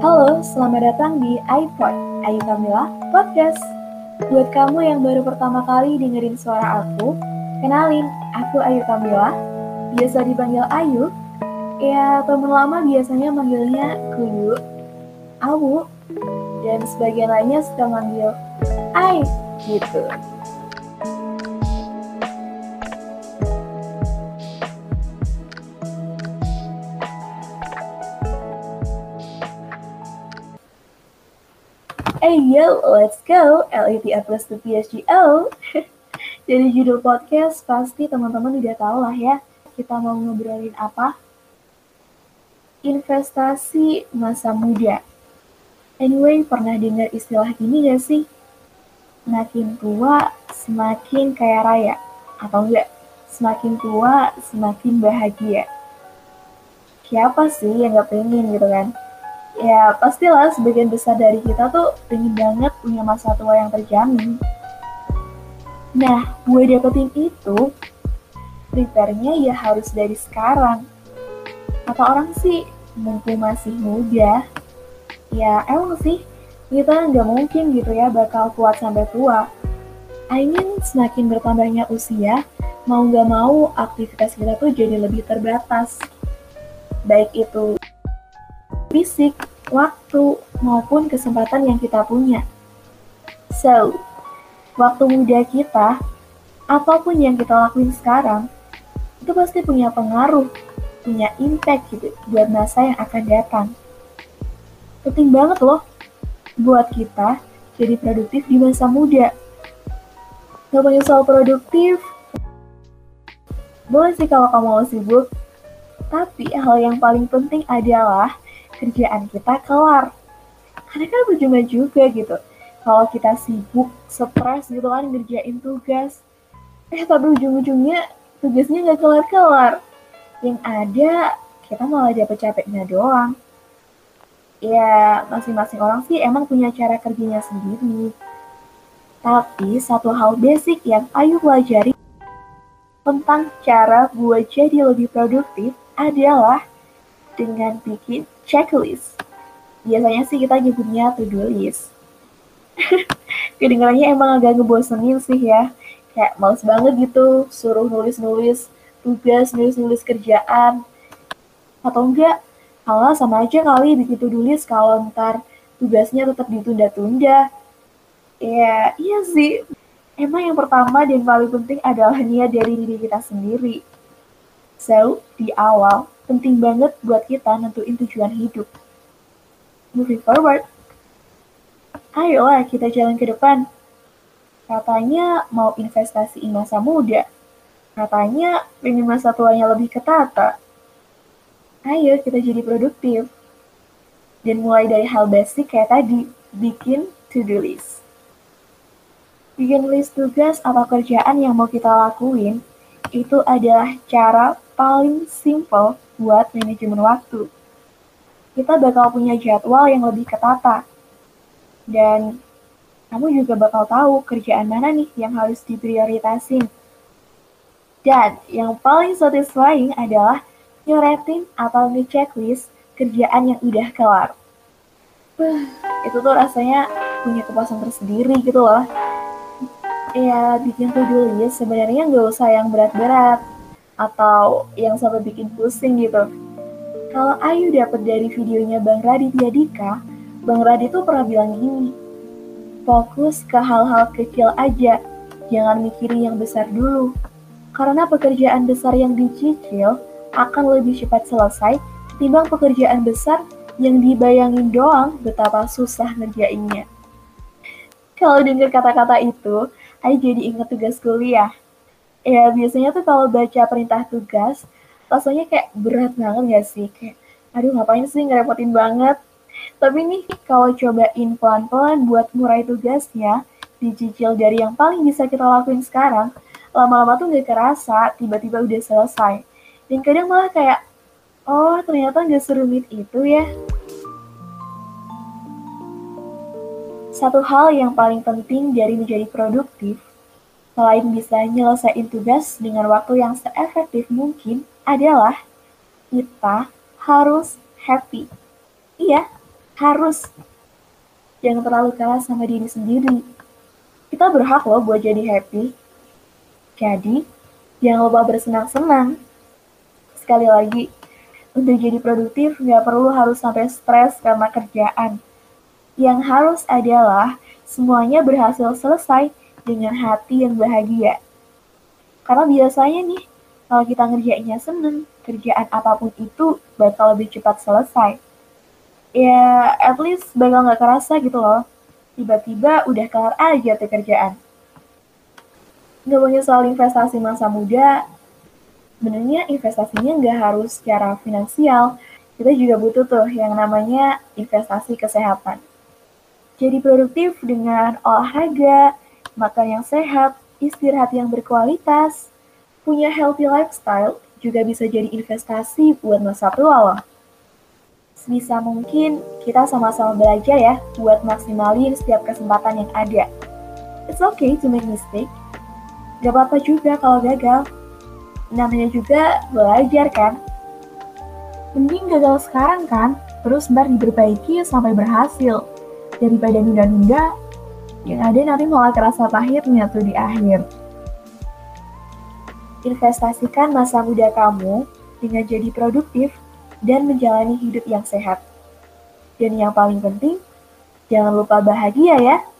Halo, selamat datang di iPod, Ayu Kamila Podcast. Buat kamu yang baru pertama kali dengerin suara aku, kenalin, aku Ayu Kamila, biasa dipanggil Ayu. Ya, temen lama biasanya manggilnya Kuyu, Awu, dan sebagian lainnya suka manggil Ai, gitu. Hey yo, let's go, LETA plus to PSGO. Dari judul podcast, pasti teman-teman udah tahu lah ya, kita mau ngobrolin apa? Investasi masa muda. Anyway, pernah dengar istilah gini gak sih? Semakin tua, semakin kaya raya. Atau enggak? Semakin tua, semakin bahagia. Siapa sih yang gak pengen gitu kan? Ya pastilah sebagian besar dari kita tuh pengen banget punya masa tua yang terjamin. Nah, buat dapetin itu, prepare-nya ya harus dari sekarang. Kata orang sih, mumpung masih muda, ya emang sih, kita nggak mungkin gitu ya bakal kuat sampai tua. I mean, semakin bertambahnya usia, mau nggak mau aktivitas kita tuh jadi lebih terbatas. Baik itu fisik, waktu, maupun kesempatan yang kita punya. So, waktu muda kita, apapun yang kita lakuin sekarang, itu pasti punya pengaruh, punya impact gitu buat masa yang akan datang. Penting banget loh buat kita jadi produktif di masa muda. Ngomongin soal produktif, boleh sih kalau kamu mau sibuk, tapi hal yang paling penting adalah kerjaan kita kelar. Karena kan percuma juga gitu. Kalau kita sibuk, stres gitu kan ngerjain tugas. Tapi ujung-ujungnya tugasnya nggak kelar-kelar. Yang ada, kita malah dapet capeknya doang. Ya, masing-masing orang sih emang punya cara kerjanya sendiri. Tapi satu hal basic yang Ayu pelajari tentang cara buat jadi lebih produktif adalah dengan bikin checklist. Biasanya sih kita nyebutnya to-do list. Kedengarannya emang agak ngebosenin sih ya. Kayak males banget gitu, suruh nulis-nulis tugas, nulis-nulis kerjaan. Atau enggak, malah sama aja kali bikin to-do list kalau ntar tugasnya tetap ditunda-tunda. Ya, iya sih. Emang yang pertama dan paling penting adalah niat dari diri kita sendiri. So, di awal, penting banget buat kita nentuin tujuan hidup. Moving forward, ayolah kita jalan ke depan. Katanya mau investasi masa muda. Katanya pengen masa tuanya lebih ketata. Ayo kita jadi produktif. Dan mulai dari hal basic kayak tadi, bikin to-do list. Bikin list tugas atau kerjaan yang mau kita lakuin, itu adalah cara paling simple buat manajemen waktu. Kita bakal punya jadwal yang lebih ketata. Dan kamu juga bakal tahu kerjaan mana nih yang harus diprioritasin. Dan yang paling satisfying adalah nyoretin atau nge-checklist kerjaan yang udah kelar. Itu tuh rasanya punya kepuasan tersendiri gitu loh. Ya, bikin to-do list sebenarnya nggak usah yang berat-berat atau yang sampai bikin pusing gitu. Kalau Ayu dapat dari videonya Bang Raditya Dika, Bang Radit tuh pernah bilang gini, fokus ke hal-hal kecil aja, jangan mikirin yang besar dulu. Karena pekerjaan besar yang dicicil akan lebih cepat selesai ketimbang pekerjaan besar yang dibayangin doang betapa susah ngerjainnya. Kalau dengar kata-kata itu, Ayu jadi ingat tugas kuliah. Ya biasanya tuh kalau baca perintah tugas, rasanya kayak berat banget gak sih? Kayak, aduh ngapain sih ngerepotin banget. Tapi nih kalau cobain pelan-pelan buat ngurai tugasnya, dicicil dari yang paling bisa kita lakuin sekarang, lama-lama tuh gak kerasa, tiba-tiba udah selesai. Dan kadang malah kayak, oh ternyata gak serumit itu ya. Satu hal yang paling penting dari menjadi produktif, selain bisa nyelesain tugas dengan waktu yang seefektif mungkin, adalah kita harus happy. Iya, Harus, jangan terlalu kalah sama diri sendiri. Kita berhak loh buat jadi happy. Jadi, jangan lupa bersenang-senang. Sekali lagi, untuk jadi produktif nggak perlu harus sampai stres karena kerjaan. Yang harus adalah semuanya berhasil selesai dengan hati yang bahagia. Karena biasanya nih, kalau kita ngerjainnya seneng, kerjaan apapun itu bakal lebih cepat selesai. Ya, at least bakal nggak kerasa gitu loh. Tiba-tiba udah kelar aja tuh kerjaan. Ngomongin soal investasi masa muda, sebenarnya investasinya nggak harus secara finansial. Kita juga butuh tuh yang namanya investasi kesehatan. Jadi produktif dengan olahraga, makan yang sehat, istirahat yang berkualitas, punya healthy lifestyle juga bisa jadi investasi buat masa tua loh. Sebisa mungkin kita sama-sama belajar ya buat maksimalin setiap kesempatan yang ada. It's okay to make mistake. Gak apa-apa juga kalau gagal. Namanya juga belajar kan. Mending gagal sekarang kan, terus ntar diperbaiki sampai berhasil. Daripada nunda-nunda, yang ada nanti malah kerasa pahitnya tuh di akhir. Investasikan masa muda kamu dengan jadi produktif dan menjalani hidup yang sehat. Dan yang paling penting, jangan lupa bahagia ya.